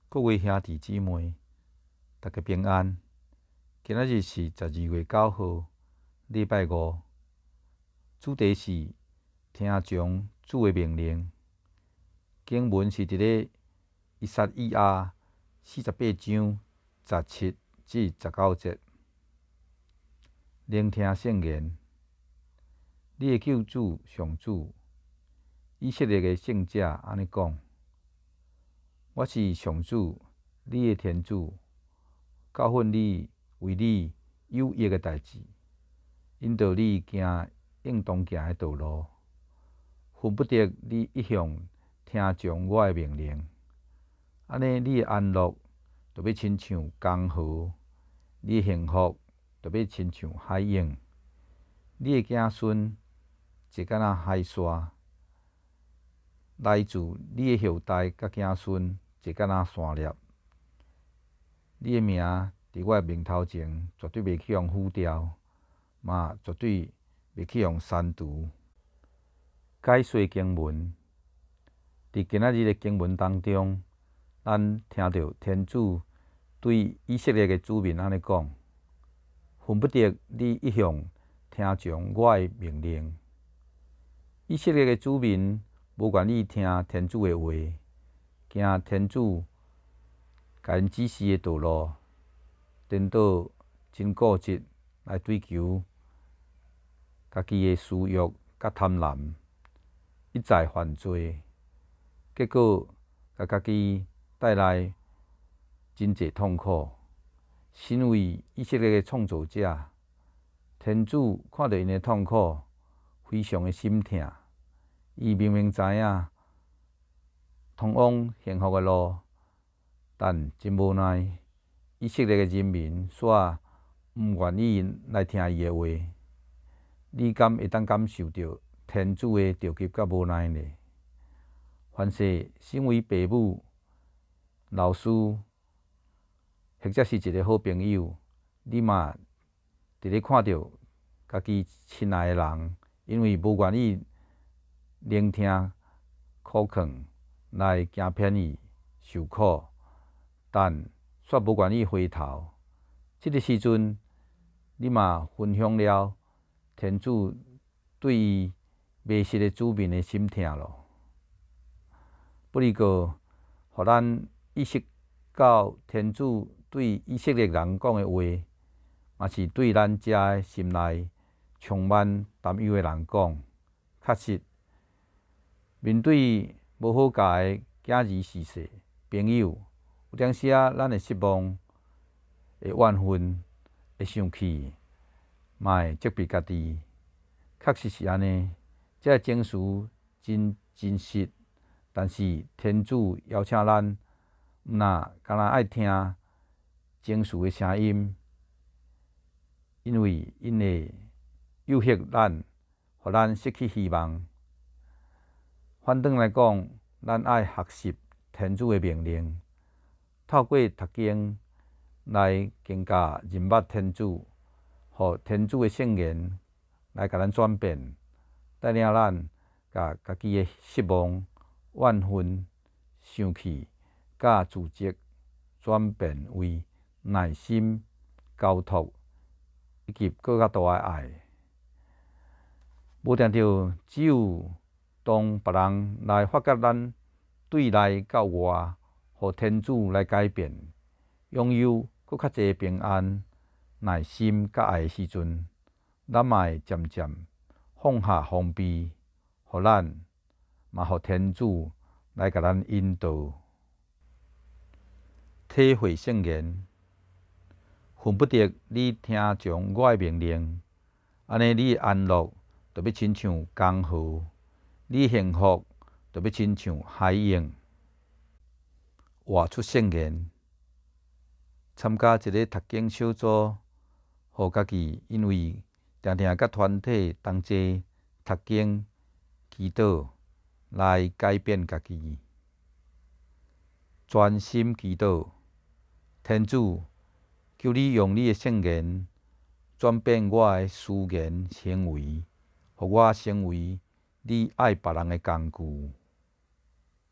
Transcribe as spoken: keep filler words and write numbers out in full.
各位兄弟姊妹，大家平安。今仔日是十二月九号，礼拜五。主题是听从主的命令。经文是伫咧以撒意亚四十八章十七至十九节。聆听圣言。你的救主上主，以色列的圣者安尼讲：我是上主，你的天主，教训你为你有益的代志，引导你行应当行的道路，恨不得你一向听从我的命令。安尼，你的安乐就要亲像江河，你的幸福就要亲像海涌，你的子孙就敢若海沙，来自你的后代甲子孙就敢若山粒。你的名伫我的面头前，绝对袂去用毁掉，嘛绝对袂去用删除。解说经文，伫今仔日的经文当中，咱听到天主对以色列的子民安尼讲：恨不得你一向听从我的命令。以色列的子民无愿意听天主的话，行天主甲因指示的道路，颠倒真固执来追求家己的私欲甲贪婪，一再犯罪，结果甲家己带来真侪痛苦。身为以色列的创造者，天主看到因的痛苦，非常的心痛。伊明明知影通往幸福的路，但真无奈，以色列的人民煞毋愿意来听伊的话。你敢会当感受到天主的着急甲无奈呢？凡是身为爸母、老师，或者是一个好朋友，你嘛伫咧看到家己亲爱的人，因为无愿意聆听苦劝来行偏义受苦，但却无愿意回头。这个时阵，你嘛分享了天主对伊迷失的子民的心痛咯。不离个，互咱意识到天主对以色列人讲的话，嘛是对咱遮的心内充满担忧的人讲。确实，面对无好教的囝儿逝世朋友，有当时啊，咱会失望，会怨愤，会生气，嘛会责备家己。确实是安尼，这个情绪真真实。但是天主邀请咱，毋若干那爱听情绪的声音，因为因会诱惑咱，互咱失去希望。反转来讲，咱爱学习天主的命令，透过读经来更加认捌天主，互天主的圣言来甲咱转变，带领咱甲家己的失望、怨愤、生气、甲自责转变为耐心、交托以及更较大的爱。无定着只有当别人来发觉咱对内到外，互天主来改变，拥有更较侪平安、耐心甲爱的时阵，咱嘛会渐渐放下封闭，互咱嘛互天主来甲咱引导。体会圣言，恨不得你听从我的命令，安尼你的安乐就要亲像江河，你的幸福就要亲像海涌。活出圣言，参加一个读经小组，互家己因为定定甲团体同齐读经、祈祷来改变家己。专心祈祷，天主，求你用你的圣言转变我的思言行为，互我成为你爱别人的工具。